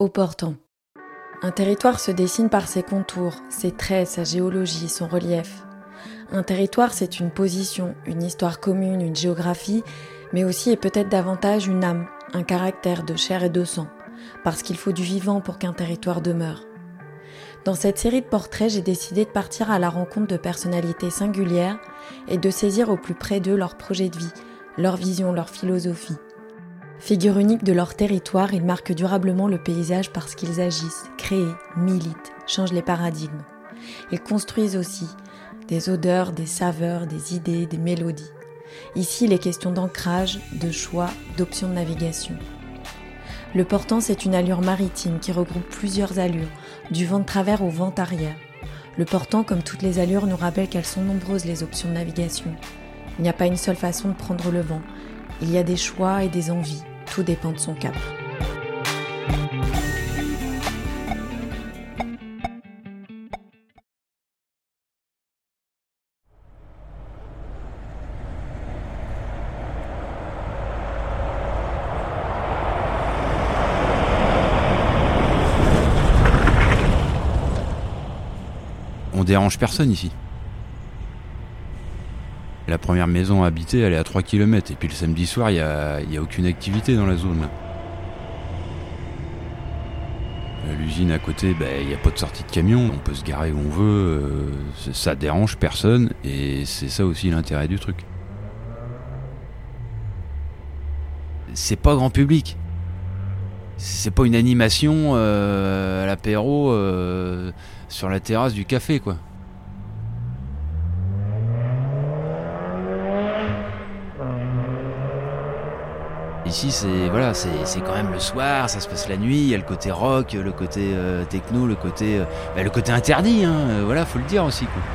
Au portant. Un territoire se dessine par ses contours, ses traits, sa géologie, son relief. Un territoire, c'est une position, une histoire commune, une géographie, mais aussi et peut-être davantage une âme, un caractère de chair et de sang, parce qu'il faut du vivant pour qu'un territoire demeure. Dans cette série de portraits, j'ai décidé de partir à la rencontre de personnalités singulières et de saisir au plus près d'eux leur projet de vie, leur vision, leur philosophie. Figures uniques de leur territoire, ils marquent durablement le paysage parce qu'ils agissent, créent, militent, changent les paradigmes. Ils construisent aussi des odeurs, des saveurs, des idées, des mélodies. Ici, il est question d'ancrage, de choix, d'options de navigation. Le portant, c'est une allure maritime qui regroupe plusieurs allures, du vent de travers au vent arrière. Le portant, comme toutes les allures, nous rappelle qu'elles sont nombreuses les options de navigation. Il n'y a pas une seule façon de prendre le vent. Il y a des choix et des envies. Tout dépend de son cap. On dérange personne ici. La première maison habitée, elle est à 3 km. Et puis le samedi soir, il y a aucune activité dans la zone. L'usine à côté, il n'y a pas de sortie de camion. On peut se garer où on veut. Ça dérange personne. Et c'est ça aussi l'intérêt du truc. C'est pas grand public. C'est pas une animation à l'apéro sur la terrasse du café, quoi. Ici, c'est quand même le soir, ça se passe la nuit, il y a le côté rock, le côté techno, le côté interdit, faut le dire aussi, quoi.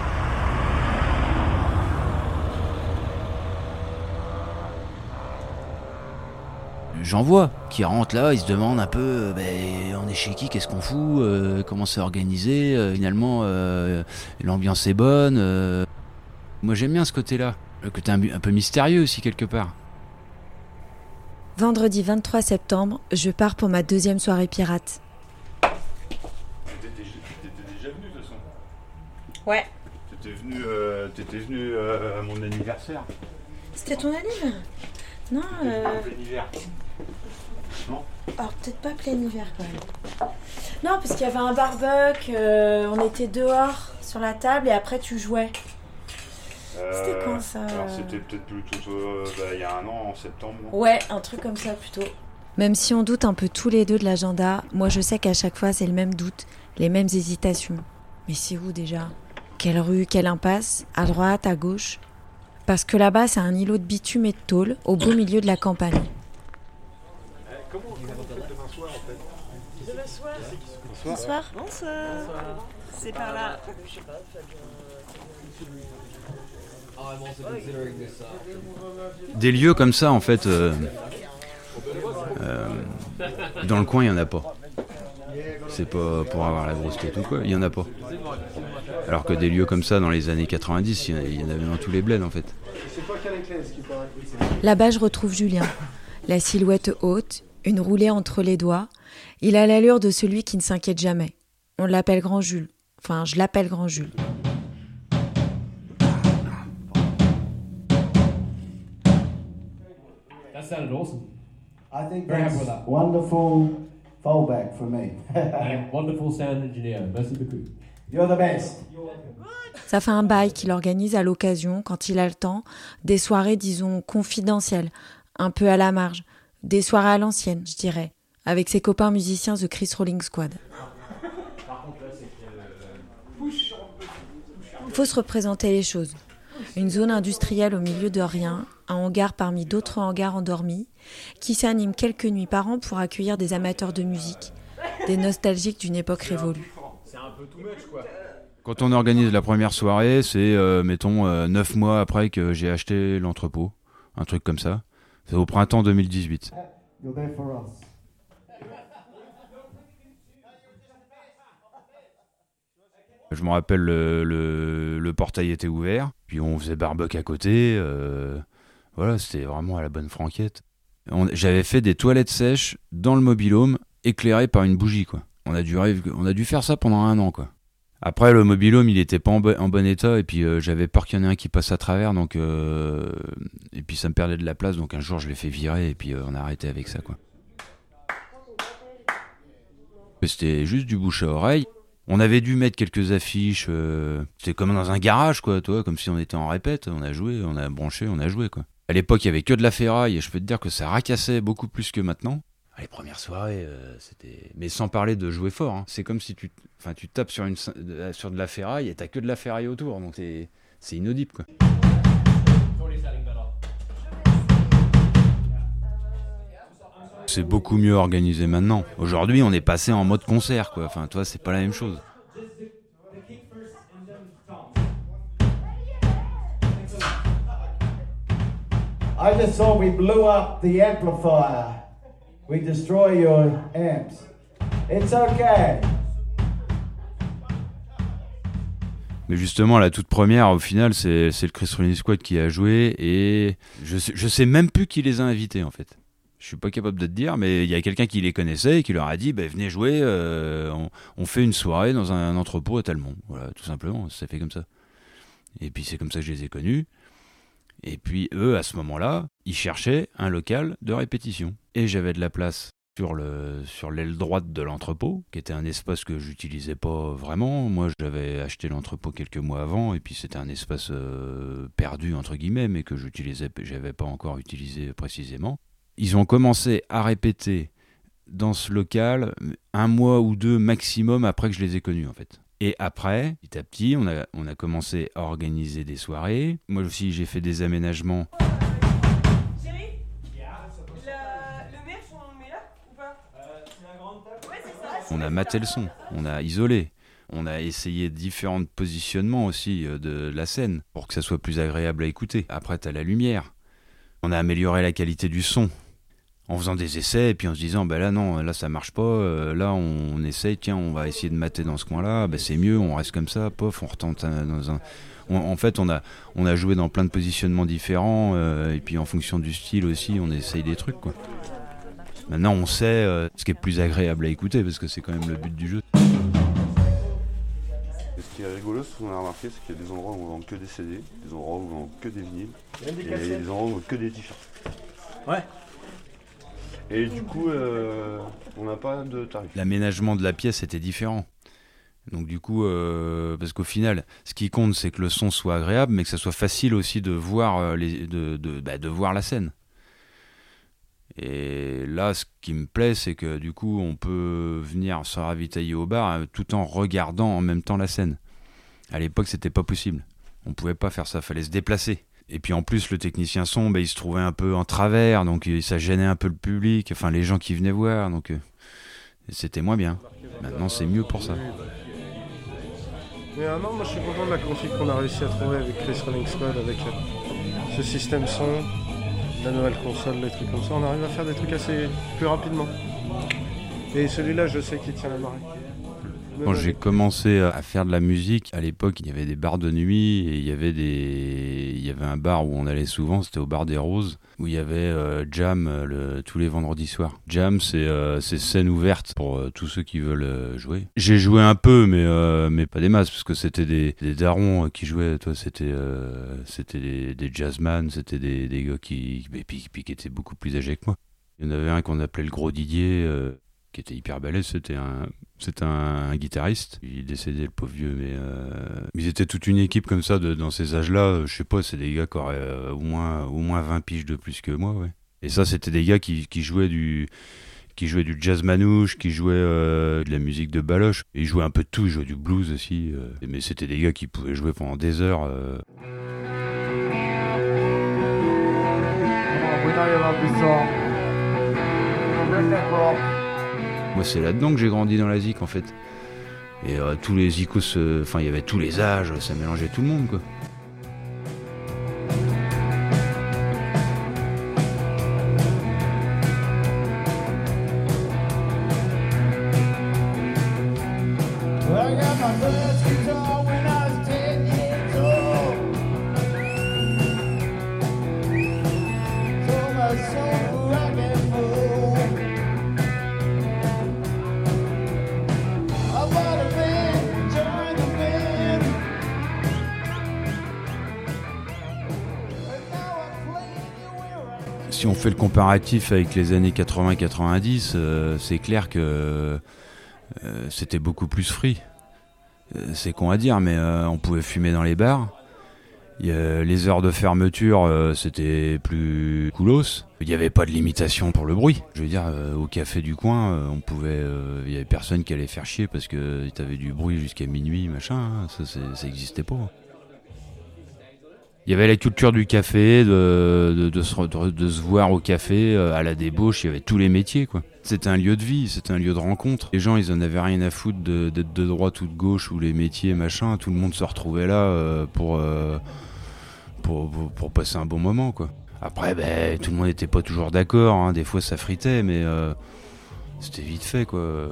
J'en vois qui rentrent là, ils se demandent un peu, on est chez qui, qu'est-ce qu'on fout, comment c'est organisé, finalement l'ambiance est bonne. Moi j'aime bien ce côté-là, le côté un peu mystérieux aussi quelque part. Vendredi 23 septembre, je pars pour ma deuxième soirée pirate. T'étais déjà venu de toute façon. Ouais. T'étais venu à mon anniversaire. C'était ton anniversaire ? Non, Plein hiver. Non. Alors peut-être pas plein hiver quand même. Non, parce qu'il y avait un barbecue, on était dehors sur la table et après tu jouais. C'était quand ça ? Alors c'était peut-être plutôt il y a un an, en septembre. Non ? Ouais, un truc comme ça plutôt. Même si on doute un peu tous les deux de l'agenda, moi je sais qu'à chaque fois c'est le même doute, les mêmes hésitations. Mais c'est où déjà ? Quelle rue, quelle impasse ? À droite, à gauche ? Parce que là-bas c'est un îlot de bitume et de tôle au beau milieu de la campagne. Comment on fait demain soir en fait ? Demain soir ? Bonsoir. Bonsoir. C'est par là. Des lieux comme ça en fait, dans le coin il n'y en a pas. C'est pas pour avoir la grosse tête ou quoi, il n'y en a pas. Alors que des lieux comme ça dans les années 90, il y en avait dans tous les bleds en fait. Là-bas je retrouve Julien, la silhouette haute, une roulée entre les doigts. Il a l'allure de celui qui ne s'inquiète jamais. On l'appelle Grand Jules. Enfin, je l'appelle Grand Jules. That sounded awesome. I think Very that's happy with that. wonderful fallback for me. Wonderful sound engineer. Merci beaucoup. You're the best. Ça fait un bail qu'il organise à l'occasion, quand il a le temps, des soirées, disons, confidentielles, un peu à la marge, des soirées à l'ancienne, je dirais, avec ses copains musiciens The Chris Rolling Squad. Faut se représenter les choses. Une zone industrielle au milieu de rien, un hangar parmi d'autres hangars endormis, qui s'anime quelques nuits par an pour accueillir des amateurs de musique, des nostalgiques d'une époque révolue. C'est un peu too much quoi. Quand on organise la première soirée, c'est 9 mois après que j'ai acheté l'entrepôt, un truc comme ça. C'est au printemps 2018. You're there for us. Je me rappelle, le portail était ouvert, puis on faisait barbecue à côté. Voilà, c'était vraiment à la bonne franquette. J'avais fait des toilettes sèches dans le mobil-home éclairé par une bougie, quoi. On a dû faire ça pendant 1 an, quoi. Après, le mobil-home, il était pas en bon état, et puis j'avais peur qu'il y en ait un qui passe à travers, donc et puis ça me perdait de la place, donc un jour je l'ai fait virer, et puis on a arrêté avec ça, quoi. C'était juste du bouche à oreille. On avait dû mettre quelques affiches, c'était comme dans un garage, quoi, toi, comme si on était en répète, on a joué, on a branché, on a joué, quoi. À l'époque, il y avait que de la ferraille, et je peux te dire que ça racassait beaucoup plus que maintenant. Les premières soirées, c'était... Mais sans parler de jouer fort, hein. C'est comme si tu tapes sur de la ferraille et t'as que de la ferraille autour, donc c'est inaudible, quoi. C'est beaucoup mieux organisé maintenant. Aujourd'hui, on est passé en mode concert, quoi. Enfin, toi, c'est pas la même chose. I just thought we blew up the amplifier. We destroy your amps. It's okay. Mais justement, la toute première, au final, c'est le Chris Rolling Squad qui a joué, et je sais même plus qui les a invités, en fait. Je suis pas capable de te dire, mais il y a quelqu'un qui les connaissait et qui leur a dit venez jouer, on fait une soirée dans un entrepôt à Talmont. Voilà, tout simplement, ça fait comme ça. Et puis c'est comme ça que je les ai connus. Et puis eux, à ce moment-là, ils cherchaient un local de répétition. Et j'avais de la place sur l'aile droite de l'entrepôt, qui était un espace que j'utilisais pas vraiment. Moi, j'avais acheté l'entrepôt quelques mois avant, et puis c'était un espace perdu, entre guillemets, mais que j'avais pas encore utilisé précisément. Ils ont commencé à répéter dans ce local 1 mois ou 2 maximum après que je les ai connus, en fait. Et après, petit à petit, on a commencé à organiser des soirées. Moi aussi, j'ai fait des aménagements. Chérie, le merch, on le met là ou pas? C'est la grande table. Ouais, c'est ça. On a maté le son, on a isolé. On a essayé différents positionnements aussi de la scène pour que ça soit plus agréable à écouter. Après, t'as la lumière. On a amélioré la qualité du son en faisant des essais, et puis en se disant là non, là ça marche pas, là on essaye, tiens on va essayer de mater dans ce coin-là, c'est mieux, on reste comme ça, pof, on retente dans un... En fait on a joué dans plein de positionnements différents, et puis en fonction du style aussi, on essaye des trucs, quoi. Maintenant on sait ce qui est plus agréable à écouter, parce que c'est quand même le but du jeu. Et ce qui est rigolo, ce qu'on a remarqué, c'est qu'il y a des endroits où on vend que des CD, des endroits où on vend que des vinyles, et il y a des endroits où on vend que des t-shirts. Ouais. Et du coup, on n'a pas de tarif. L'aménagement de la pièce était différent. Donc du coup, parce qu'au final, ce qui compte, c'est que le son soit agréable, mais que ça soit facile aussi de voir, de voir la scène. Et là, ce qui me plaît, c'est que du coup, on peut venir se ravitailler au bar tout en regardant en même temps la scène. À l'époque, c'était pas possible. On pouvait pas faire ça, fallait se déplacer. Et puis en plus, le technicien son, il se trouvait un peu en travers, donc ça gênait un peu le public, enfin les gens qui venaient voir, donc c'était moins bien. Maintenant, c'est mieux pour ça. Mais non, moi je suis content de la config qu'on a réussi à trouver avec Chris Rolling Squad, avec ce système son, la nouvelle console, les trucs comme ça. On arrive à faire des trucs assez plus rapidement. Et celui-là, je sais qu'il tient la marée. Quand j'ai commencé à faire de la musique, à l'époque, il y avait des bars de nuit, et il y avait un bar où on allait souvent, c'était au bar des Roses, où il y avait Jam tous les vendredis soirs. Jam, c'est scène ouverte pour tous ceux qui veulent jouer. J'ai joué un peu, mais pas des masses, parce que c'était des darons qui jouaient. Toi, c'était des jazzman, c'était des gars qui étaient beaucoup plus âgés que moi. Il y en avait un qu'on appelait le Gros Didier, qui était hyper balèze, c'était un guitariste. Il est décédé, le pauvre vieux, mais ils étaient toute une équipe comme ça dans ces âges-là. Je sais pas, c'est des gars qui auraient au moins 20 piges de plus que moi, ouais. Et ça, c'était des gars qui jouaient du jazz manouche, qui jouaient de la musique de baloche. Et ils jouaient un peu de tout, ils jouaient du blues aussi. Mais c'était des gars qui pouvaient jouer pendant des heures. Moi, c'est là-dedans que j'ai grandi dans la zik, en fait. Et tous les zikos, il y avait tous les âges, ça mélangeait tout le monde, quoi. Si on fait le comparatif avec les années 80-90, c'est clair que c'était beaucoup plus free. C'est con à dire, mais on pouvait fumer dans les bars. Les heures de fermeture, c'était plus coolos. Il n'y avait pas de limitation pour le bruit. Je veux dire, au café du coin, il y avait personne qui allait faire chier parce que t'avais du bruit jusqu'à minuit, machin. Ça existait pas. Il y avait la culture du café, de se voir au café, à la débauche, il y avait tous les métiers, quoi. C'était un lieu de vie, c'était un lieu de rencontre. Les gens, ils en avaient rien à foutre d'être de droite ou de gauche, ou les métiers, machin. Tout le monde se retrouvait là pour passer un bon moment, quoi. Après, tout le monde n'était pas toujours d'accord, hein. Des fois ça fritait, mais c'était vite fait, quoi.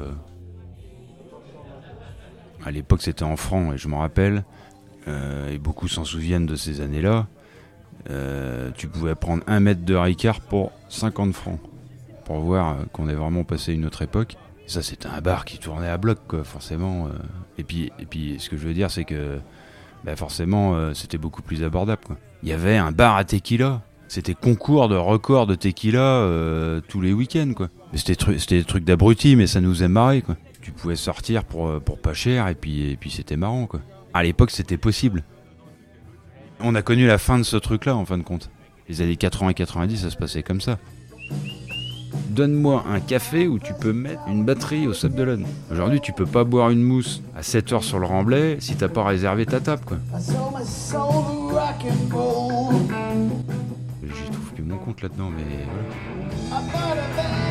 À l'époque, c'était en francs, et je m'en rappelle, et beaucoup s'en souviennent de ces années-là. Tu pouvais prendre 1 mètre de Ricard pour 50 francs, pour voir qu'on est vraiment passé une autre époque. Et ça, c'était un bar qui tournait à bloc, quoi, forcément. Et puis, ce que je veux dire, c'est que forcément, c'était beaucoup plus abordable, quoi. Il y avait un bar à tequila. C'était concours de record de tequila tous les week-ends, quoi. Mais c'était des trucs d'abrutis, mais ça nous faisait marrer, quoi. Tu pouvais sortir pour pas cher, et puis c'était marrant, quoi. À l'époque, c'était possible. On a connu la fin de ce truc-là, en fin de compte. Les années 80 et 90, ça se passait comme ça. Donne-moi un café où tu peux mettre une batterie au Sable d'Olonne. Aujourd'hui, tu peux pas boire une mousse à 7h sur le Remblai si t'as pas réservé ta table, quoi. J'y trouve plus mon compte là-dedans, mais voilà.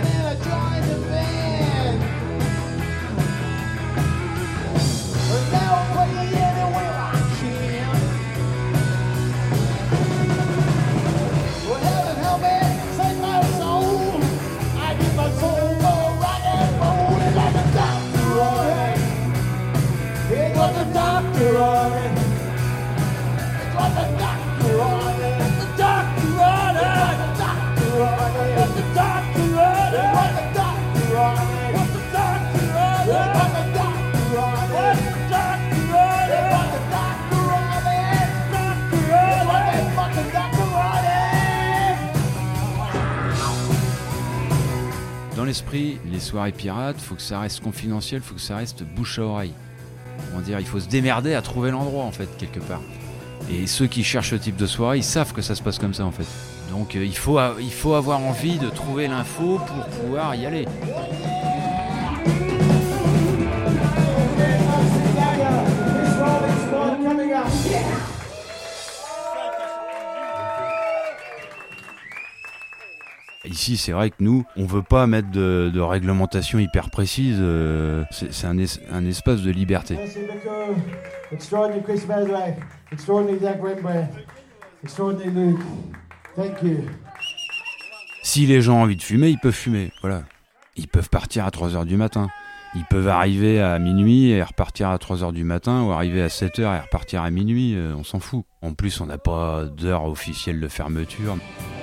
Dans l'esprit, les soirées pirates, faut que ça reste confidentiel, faut que ça reste bouche à oreille. Comment dire, il faut se démerder à trouver l'endroit, en fait, quelque part. Et ceux qui cherchent ce type de soirée, ils savent que ça se passe comme ça, en fait. Donc il faut avoir envie de trouver l'info pour pouvoir y aller. Ici, c'est vrai que nous, on veut pas mettre de réglementation hyper précise. C'est un espace de liberté. Merci beaucoup. Extraordinary Chris Medway. Extraordinary Zach Rembrandt. Extraordinary Luke. Thank you. Si les gens ont envie de fumer, ils peuvent fumer. Voilà. Ils peuvent partir à 3h du matin. Ils peuvent arriver à minuit et repartir à 3h du matin, ou arriver à 7h et repartir à minuit. On s'en fout. En plus, on n'a pas d'heure officielle de fermeture.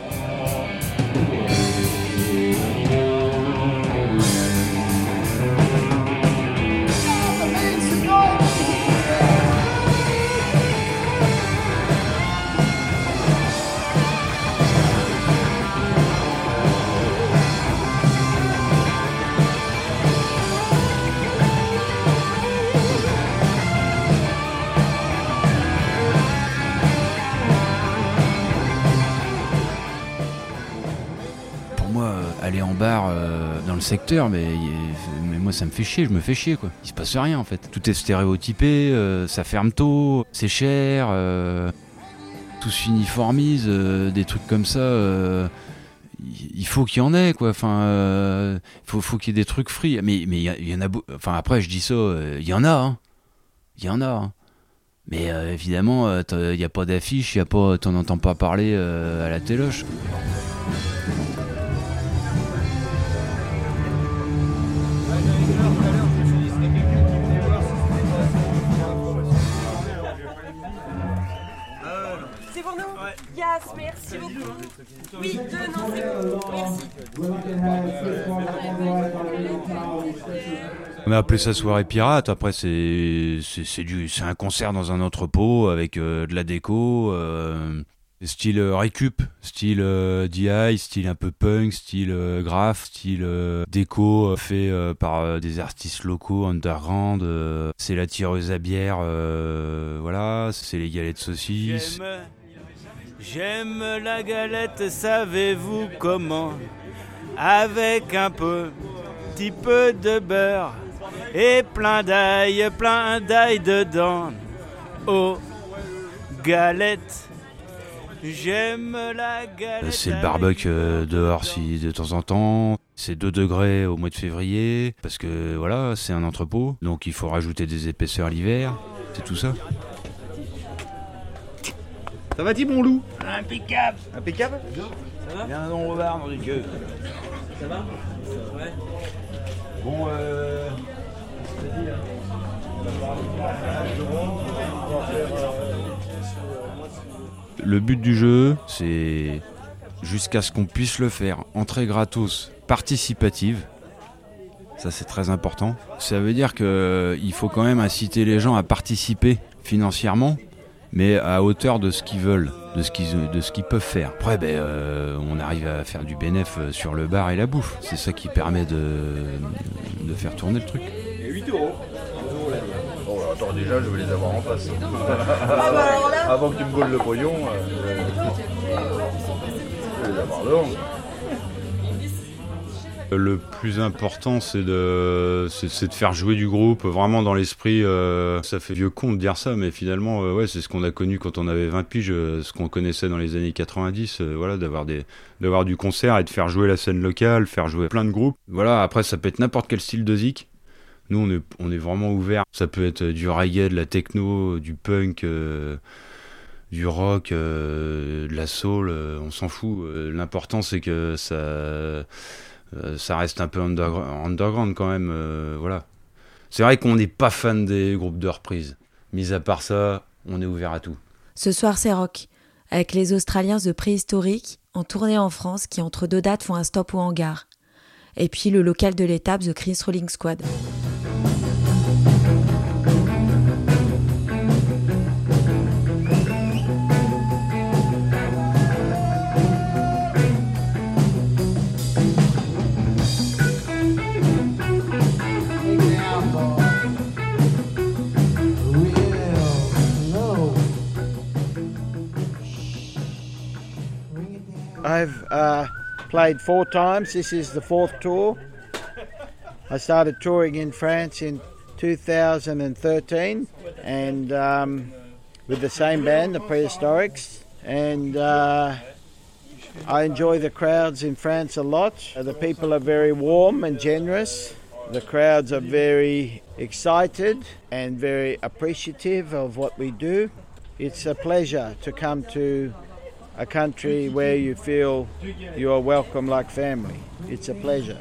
Aller en bar dans le secteur, mais moi ça me fait chier, je me fais chier, quoi. Il se passe rien, en fait. Tout est stéréotypé, ça ferme tôt, c'est cher, tout s'uniformise, des trucs comme ça. Il faut qu'il y en ait, quoi. Enfin, faut qu'il y ait des trucs free. Mais il y en a. Enfin, après, je dis ça, il y en a, hein. Il y en a, hein. Mais évidemment, il n'y a pas d'affiche, t'en entends pas parler à la téloche. C'est pour nous? Yes, merci beaucoup. Oui, non, c'est bon. Merci. On a appelé ça soirée pirate. Après, c'est un concert dans un entrepôt avec de la déco. Style récup, style DI, style un peu punk, style graph, style déco fait par des artistes locaux, underground. C'est la tireuse à bière, voilà, c'est les galettes saucisses. J'aime la galette, savez-vous comment? Avec un petit peu de beurre et plein d'ail dedans. Oh, galette, j'aime la galette. C'est le barbecue dehors si de temps en temps. C'est 2 degrés au mois de février, parce que voilà, c'est un entrepôt, donc il faut rajouter des épaisseurs l'hiver, c'est tout ça. Ça va, dit mon loup? Impeccable. Impeccable? Ça va? Viens on revoir dans les queues. Ça va? Ouais. Bon, le but du jeu, c'est jusqu'à ce qu'on puisse le faire. Entrée gratos, participative. Ça, c'est très important. Ça veut dire qu'il faut quand même inciter les gens à participer financièrement, mais à hauteur de ce qu'ils veulent, de ce qu'ils peuvent faire. Après, on arrive à faire du bénéf sur le bar et la bouffe. C'est ça qui permet de faire tourner le truc. Et 8 euros. Oh, attends, déjà, je vais les avoir en face. Ah bah alors là. Avant que tu me voles le pognon, je vais les avoir devant. Le plus important, c'est de faire jouer du groupe, vraiment dans l'esprit. Ça fait vieux con de dire ça, mais finalement, ouais, c'est ce qu'on a connu quand on avait 20 piges, ce qu'on connaissait dans les années 90, voilà, d'avoir du concert et de faire jouer la scène locale, faire jouer plein de groupes. Voilà, après, ça peut être n'importe quel style de zik. Nous, on est vraiment ouverts. Ça peut être du reggae, de la techno, du punk, du rock, de la soul, on s'en fout. L'important, c'est que ça reste un peu underground quand même, voilà. C'est vrai qu'on n'est pas fan des groupes de reprise. Mis à part ça, on est ouvert à tout. Ce soir, c'est rock, avec les Australiens The Préhistoriques, en tournée en France, qui entre 2 dates font un stop au hangar. Et puis le local de l'étape, The Chris Rolling Squad. I've played 4 times. This is the 4th tour. I started touring in France in 2013 and with the same band, the Prehistorics. And I enjoy the crowds in France a lot. The people are very warm and generous. The crowds are very excited and very appreciative of what we do. It's a pleasure to come to a country where you feel you are welcome like family. It's a pleasure.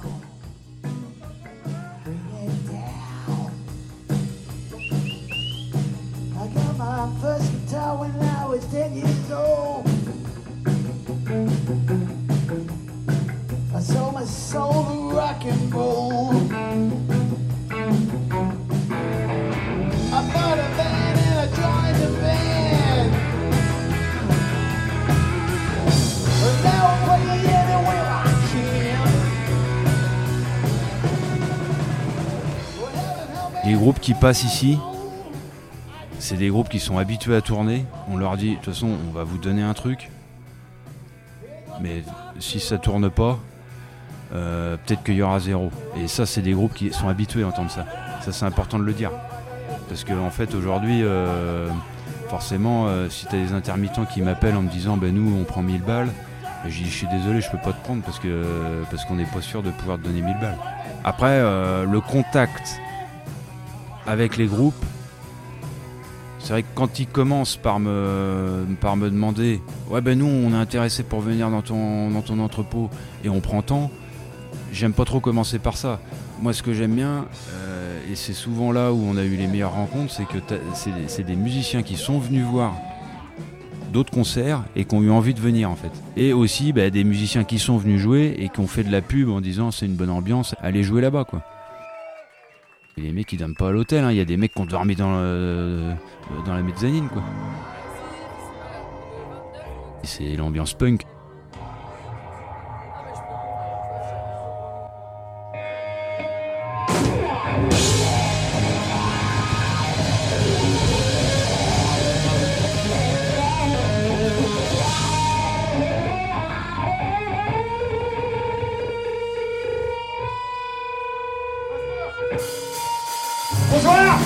I got my first guitar when I was 10 years old. I sold my soul to rock and roll. I bought a van and I joined the band. But now I play anywhere I can. Les groupes qui passent ici, c'est des groupes qui sont habitués à tourner. On leur dit, de toute façon, on va vous donner un truc, mais si ça tourne pas, peut-être qu'il y aura 0. Et ça, c'est des groupes qui sont habitués à entendre ça. Ça, c'est important de le dire. Parce qu'en fait, aujourd'hui, forcément, si tu as des intermittents qui m'appellent en me disant nous, on prend 1000 balles, je dis, je suis désolé, je peux pas te prendre parce qu'on n'est pas sûr de pouvoir te donner 1000 balles. Après, le contact avec les groupes, c'est vrai que quand ils commencent par me demander nous on est intéressé pour venir dans ton entrepôt et on prend tant, j'aime pas trop commencer par ça. Moi ce que j'aime bien, et c'est souvent là où on a eu les meilleures rencontres, c'est que c'est des musiciens qui sont venus voir d'autres concerts et qui ont eu envie de venir en fait. Et aussi des musiciens qui sont venus jouer et qui ont fait de la pub en disant c'est une bonne ambiance, allez jouer là-bas quoi. Et les mecs ils dorment pas à l'hôtel, il y a des mecs qui ont dormi dans la mezzanine quoi. C'est l'ambiance punk. Bonsoir.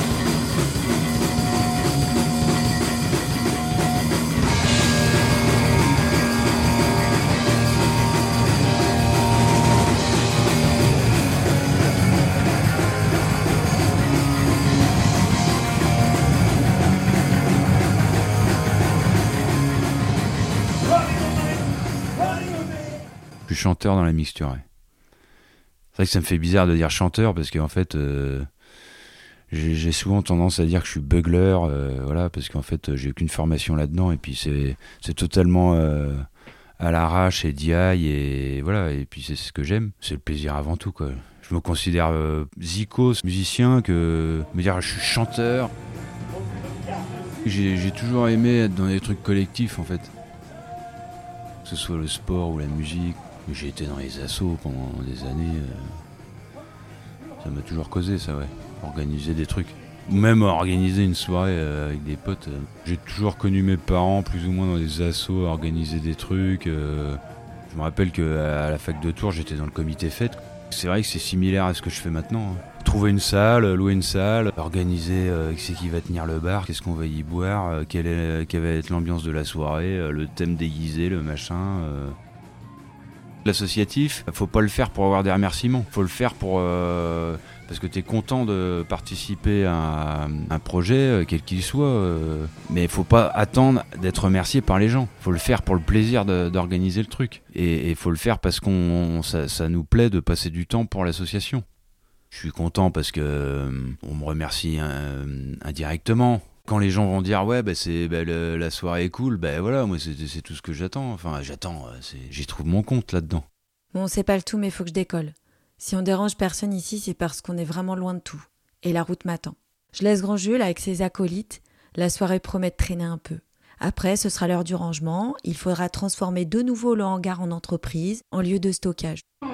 Je suis chanteur dans la mixture. Ouais. C'est vrai que ça me fait bizarre de dire chanteur parce qu'en fait, j'ai souvent tendance à dire que je suis bugler, voilà, parce qu'en fait, j'ai aucune formation là-dedans et puis c'est totalement à l'arrache et DI et voilà, et puis c'est ce que j'aime, c'est le plaisir avant tout, quoi. Je me considère zikos, musicien, que me dire je suis chanteur. J'ai toujours aimé être dans des trucs collectifs en fait, que ce soit le sport ou la musique. J'ai été dans les assos pendant des années. Ça m'a toujours causé ça, ouais. Organiser des trucs. Ou même organiser une soirée avec des potes. J'ai toujours connu mes parents plus ou moins dans des assos, organiser des trucs. Je me rappelle qu'à la fac de Tours, j'étais dans le comité fête. C'est vrai que c'est similaire à ce que je fais maintenant. Trouver une salle, louer une salle, organiser qui c'est qui va tenir le bar, qu'est-ce qu'on va y boire, quelle va être l'ambiance de la soirée, le thème déguisé, le machin. L'associatif, faut pas le faire pour avoir des remerciements, faut le faire pour parce que t'es content de participer à un projet, quel qu'il soit, mais faut pas attendre d'être remercié par les gens. Faut le faire pour le plaisir d'organiser le truc, et faut le faire parce ça nous plaît de passer du temps pour l'association. Je suis content parce que on me remercie indirectement. Quand les gens vont dire ouais la soirée est cool, voilà, moi c'est tout ce que j'attends. Enfin j'y trouve mon compte là-dedans. Bon, c'est pas le tout, mais faut que je décolle. Si on dérange personne ici, c'est parce qu'on est vraiment loin de tout. Et la route m'attend. Je laisse Grand Jules avec ses acolytes. La soirée promet de traîner un peu. Après, ce sera l'heure du rangement. Il faudra transformer de nouveau le hangar en entreprise, en lieu de stockage.